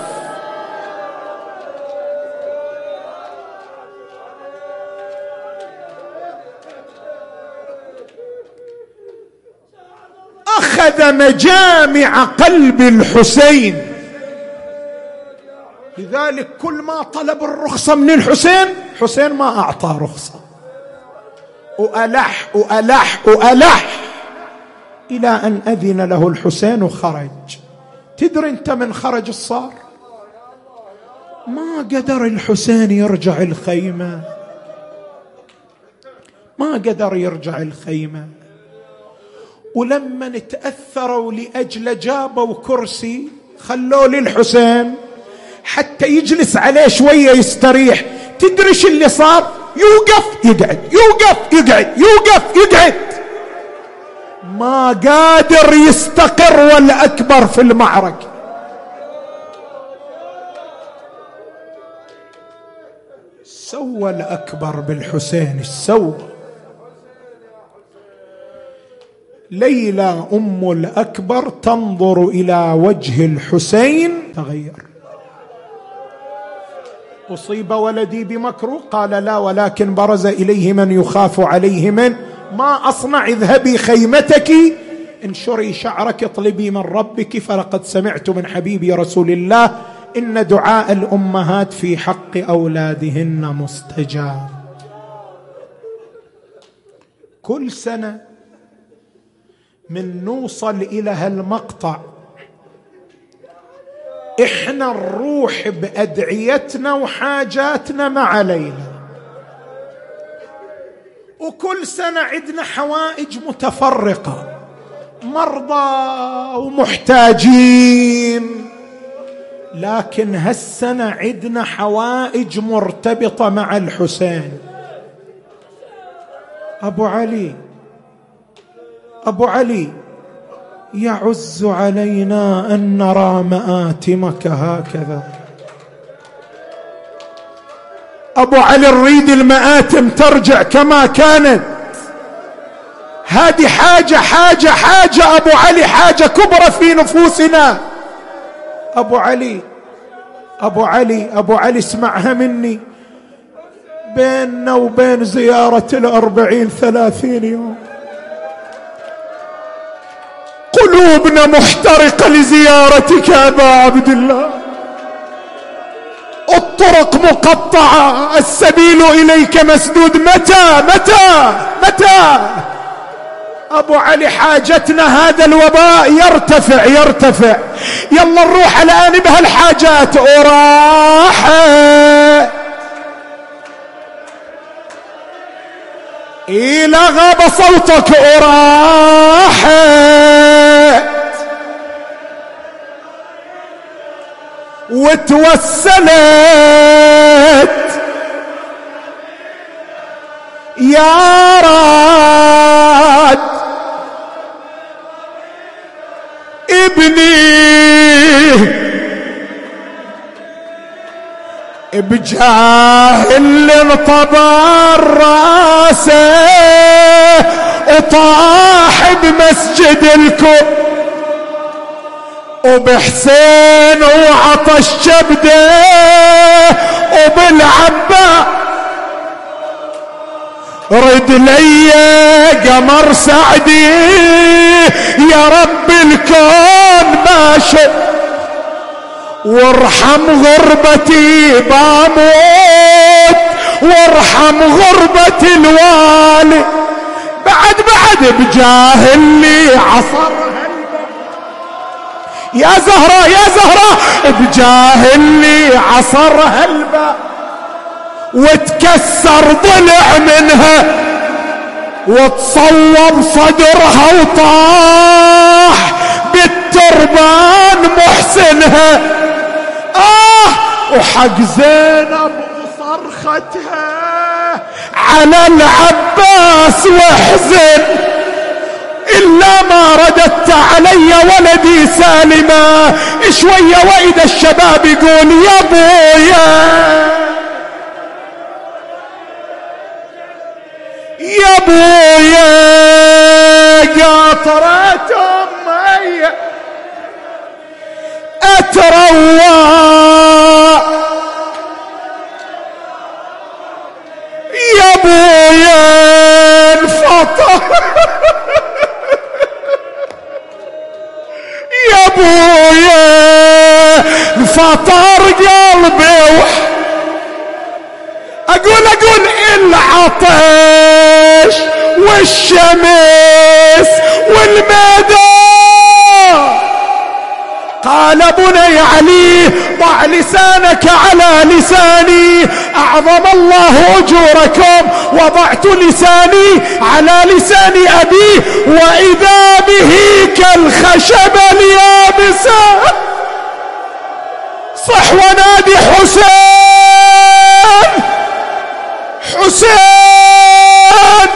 أخذ مجامع قلب الحسين. لذلك كل ما طلب الرخصة من الحسين، حسين ما أعطى رخصة، وألح إلى أن أذن له الحسين وخرج. تدري أنت من خرج الصار؟ ما قدر الحسين يرجع الخيمة، ما قدر يرجع الخيمة. ولما نتأثروا لأجل جابوا كرسي خلوا للحسين حتى يجلس عليه شوية يستريح. تدري ايش اللي صار؟ يوقف يقعد، يوقف يقعد، يوقف يقعد، ما قادر يستقر والأكبر في المعركة. سوى الأكبر بالحسين السوى. ليلى أم الأكبر تنظر إلى وجه الحسين تغير. أصيب ولدي بمكروه؟ قال: لا، ولكن برز إليه من يخاف عليه من. ما أصنع؟ اذهبي خيمتك، انشري شعرك، اطلبي من ربك، فلقد سمعت من حبيبي رسول الله إن دعاء الأمهات في حق أولادهن مستجاب. كل سنة من نوصل إلى هالمقطع إحنا نروح بأدعيتنا وحاجاتنا مع ليلى، وكل سنة عندنا حوائج متفرقة، مرضى ومحتاجين، لكن هالسنة عندنا حوائج مرتبطة مع الحسين. أبو علي يعز علينا أن نرى مآتمك هكذا. أبو علي نريد المآتم ترجع كما كانت. هذه حاجة أبو علي، حاجة كبرى في نفوسنا. أبو علي اسمعها مني، بيننا وبين زيارة 40-30 يوم، قلوبنا محترقة لزيارتك أبا عبد الله، الطرق مقطعة، السبيل إليك مسدود. متى أبو علي حاجتنا هذا الوباء يرتفع. يلا نروح الآن بهالحاجات. أراح إلى غاب صوتك، أراح وتوسلت يا راد ابني بجاه اللي انطبر راسه وطاح بمسجد الكوفة، وبحسين وعطش كبده وبالعباس رد لي قمر سعدي يا رب الكون ماشي، وارحم غربتي باموت وارحم غربة الوالي، بعد بجاه اللي عصرها يا زهرة يا زهرة، بجاه اللي عصرها الباب وتكسر ضلع منها وتصوب صدرها وطاح بالتربان محسنها. وحق زينب وصرختها على العباس واحزن، إلا ما رددت علي ولدي سالما. شوية وإذا الشباب يقول يا بويا يا بويا قاطرة أمي أتروى يا بويا الفطر يا بويا الفطر قلبي أقول العطش والشمس والمدى. قال بني علي ضع لسانك على لساني، أعظم الله أجوركم. وضعت لساني على لسان أبي وإذا به كالخشب اليابسة. صح ونادي حسين حسين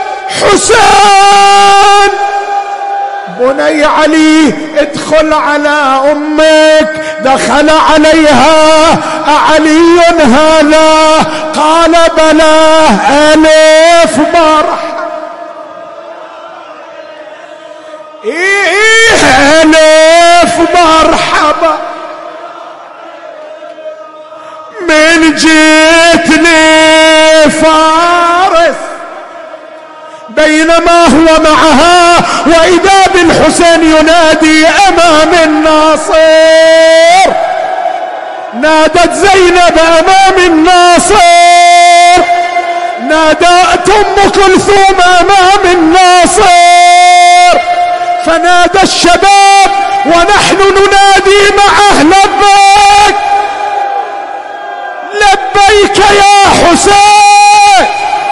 حسين. بني علي ادخل على أمك. دخل عليها أعلي هذا؟ قال بلى ألف مرحبا ألف مرحبا من جيتني فارس. بينما هو معها وإذا بالحسين ينادي أمام الناصر. نادت زينب أمام الناصر، نادت أم كلثوم أمام الناصر، فنادى الشباب ونحن ننادي معه لبيك لبيك يا حسين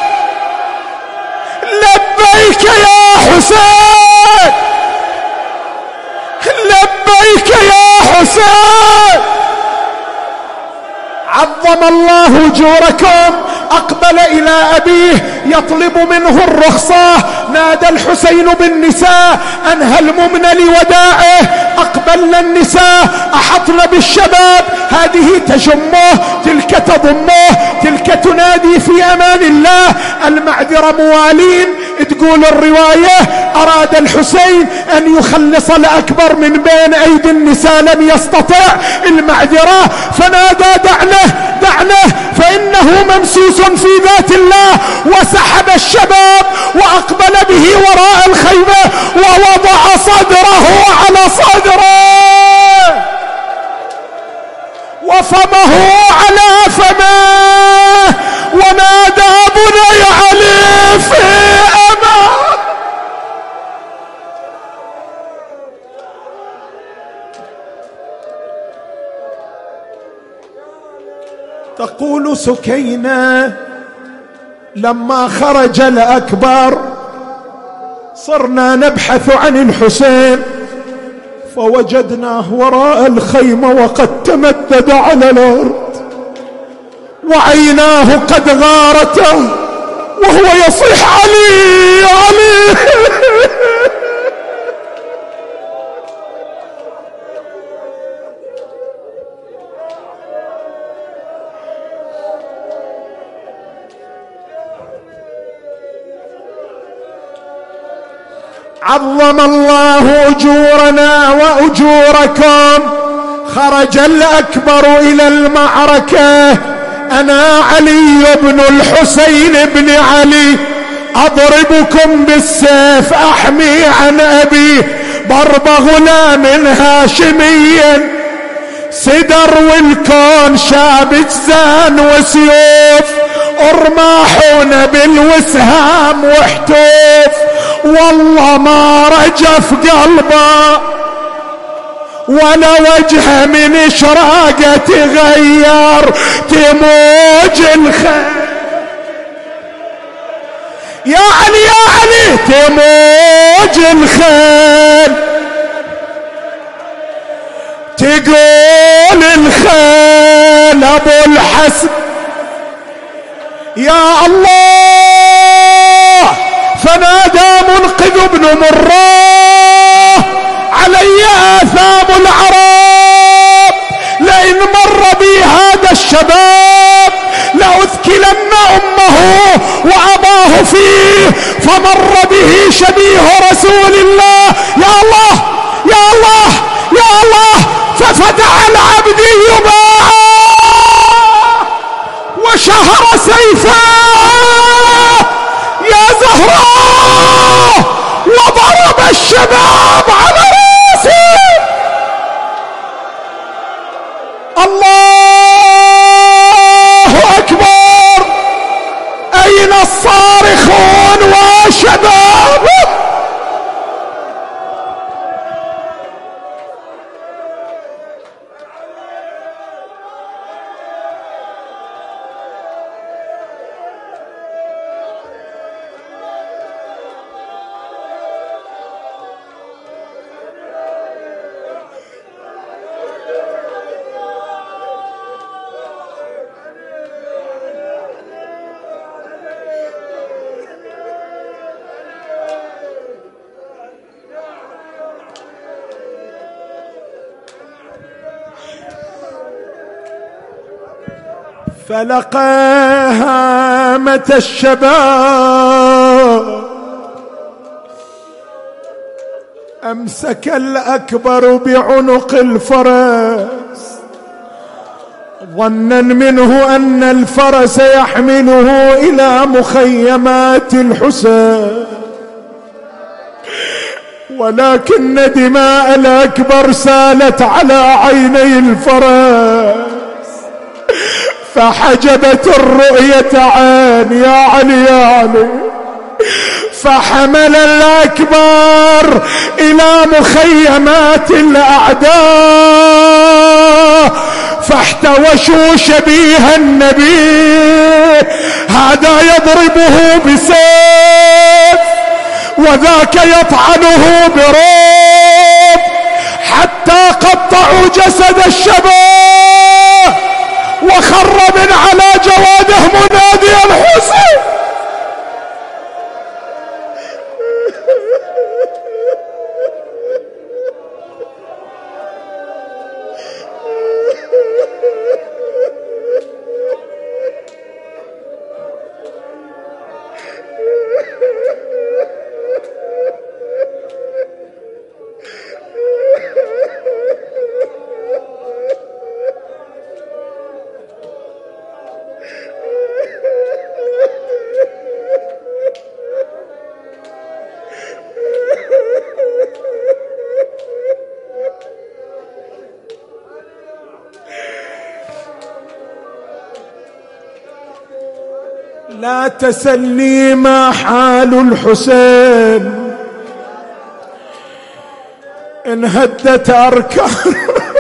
لبيك يا حسين لبيك يا حسين. عظم الله أجوركم. أقبل إلى أبيه يطلب منه الرخصة. نادى الحسين بالنساء أنهى المؤمن لوداعه. أقبلنا النساء أحطن بالشباب، هذه تجمه تلك تضمه تلك تنادي في أمان الله. المعذرة موالين. تقول الرواية أراد الحسين أن يخلص الأكبر من بين أيدي النساء لم يستطع المعذرة، فنادى دعنه فإنه ممسوس في ذات الله. وسحب الشباب وأقبل به وراء الخيمة ووضع صدره على صدره وفمه على فمه ونادى بني علي في أمان. تقول سكينة لما خرج الأكبر صرنا نبحث عن الحسين فوجدناه وراء الخيمة وقد تمدد على الأرض وعيناه قد غارته وهو يصيح علي علي. عظم الله أجورنا وأجوركم. خرج الأكبر إلى المعركة: أنا علي بن الحسين بن علي، أضربكم بالسيف أحمي عن أبي، ضرب غلام هاشمي سدر والكون شاب جزان وسيوف، ارماحون بالوسهام واحتوف، والله ما رجف قلبه ولا وجهه من اشراقه تغير، تموج الخيل يا علي يا علي، تموج الخيل، تقول الخيل ابو الحسن يا الله. فنادى منقذ بن مراه: علي آثام العرب، لئن مر بي هذا الشباب لأثكلن أمه وأباه فيه. فمر به شبيه رسول الله: يا الله يا الله يا الله. ففتح العبدي باعه وشهر سيفه يا زهراء، وضرب الشباب على راسه. الله أكبر. أين الصارخون وشباب؟ فلقى هامة الشباب، أمسك الأكبر بعنق الفرس ظنا منه أن الفرس يحمله إلى مخيمات الحسين، ولكن دماء الأكبر سالت على عيني الفرس فحجبت الرؤية عن يا علي يا علي. فحمل الأكبر إلى مخيمات الأعداء فاحتوشوا شبيه النبي، هذا يضربه بسيف وذاك يطعنه برب، حتى قطعوا جسد الشباب وخر من على جواده منادي الحسين. لا تسلني ما حال الحسين إن هدت أركان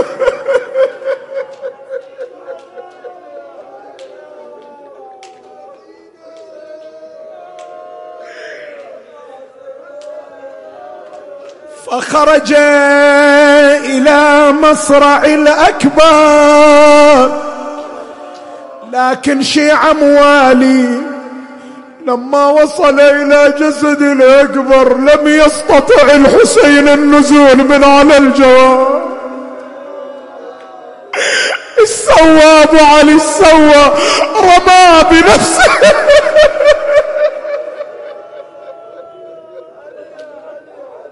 فخرج إلى مصرع الأكبر، لكن شيع موالي لما وصل إلى جسد الأكبر لم يستطع الحسين النزول من على الجواد. السوى أبو علي السوى رمى بنفسه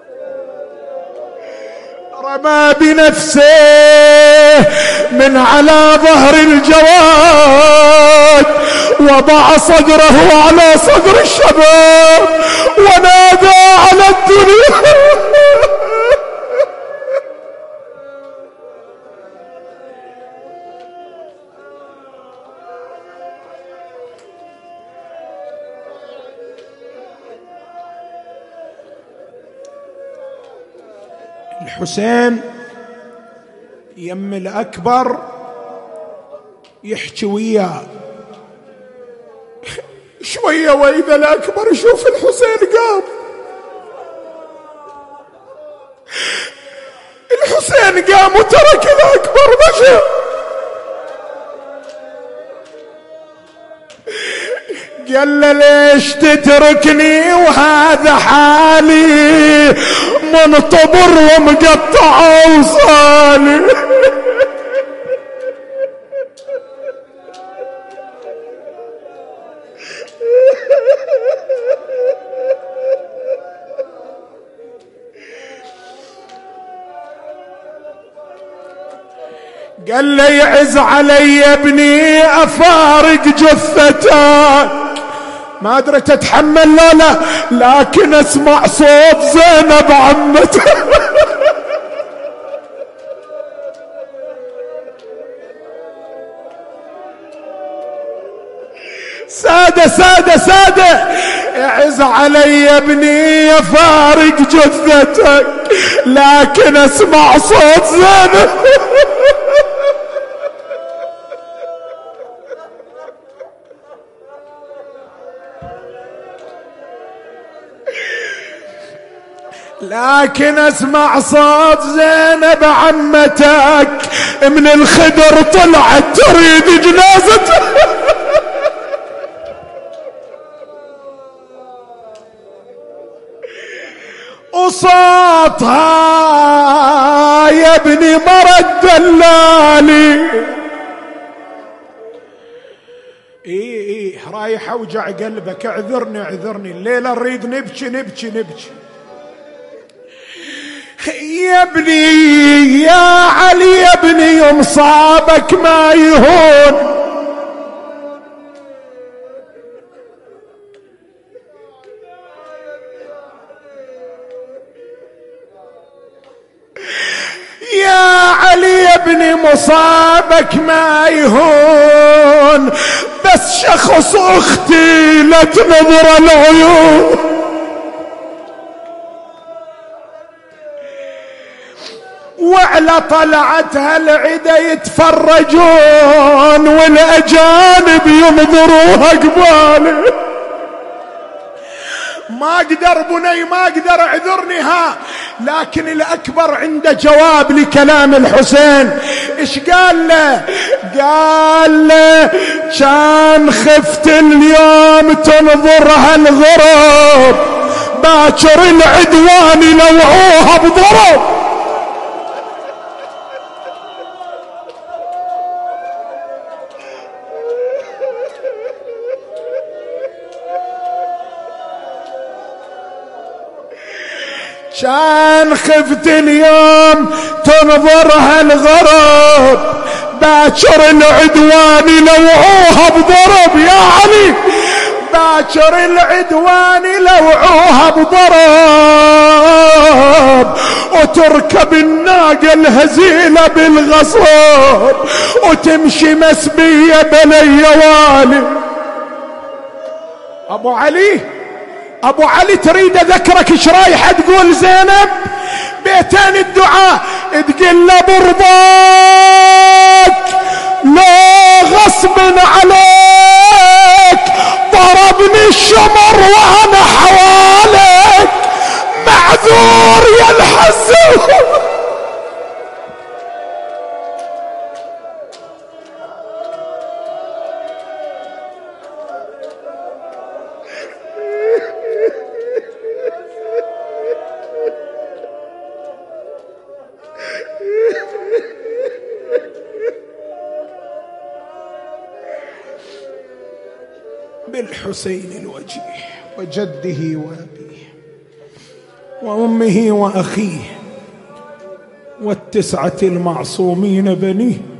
رمى بنفسه من على ظهر الجواد، وضع صدره على صدر الشباب ونادى على الدنيا. الحسين يم الأكبر يحكي وياه شوية، وإذا الأكبر يشوف الحسين قام. الحسين قام وترك الأكبر مشى. قال له ليش تتركني وهذا حالي، منتظر ومقطع اوصالي. قال لي يعز علي ابني افارق جثتك، ما ادري اتحمل لا لكن اسمع صوت زينب عمته. سادة سادة سادة، يعز علي ابني يفارق جثتك لكن اسمع صوت زينب. لكن اسمع صوت زينب عمتك من الخدر طلعت تريد جنازته. وصوتها يا ابني مرد دلالي. ايه رايح اوجع قلبك، اعذرني الليلة نريد نبكي. يا ابني يا علي يا ابني يوم صابك ما يهون، يا علي يا ابني مصابك ما يهون، بس شخص اختي لا تنظر العيون. وعلى طلعتها العدا يتفرجون والاجانب ينظروها قبالي. ما اقدر بني ما اقدر، اعذرني لكن الاكبر عنده جواب لكلام الحسين. ايش قال له؟ قال له كان خفت اليوم تنظرها الغرب، باكر العدوان لوعوها بضرب. كان خفت اليوم تنظرها الغرب، باكر العدوان لوعوها بضرب. يا علي باكر العدوان لوعوها بضرب، وتركب الناقة الهزيلة بالغصب، وتمشي مسبية بلي والي. ابو علي تريد اذكرك ايش رايحه تقول زينب؟ بيتين الدعاء تقول له برضاك لا غصب عليك، ضربني الشمر وانا حواليك، معذور يا الحزن. بالحسين الوجيه وجده وأبيه وأمه وأخيه والتسعة المعصومين بنيه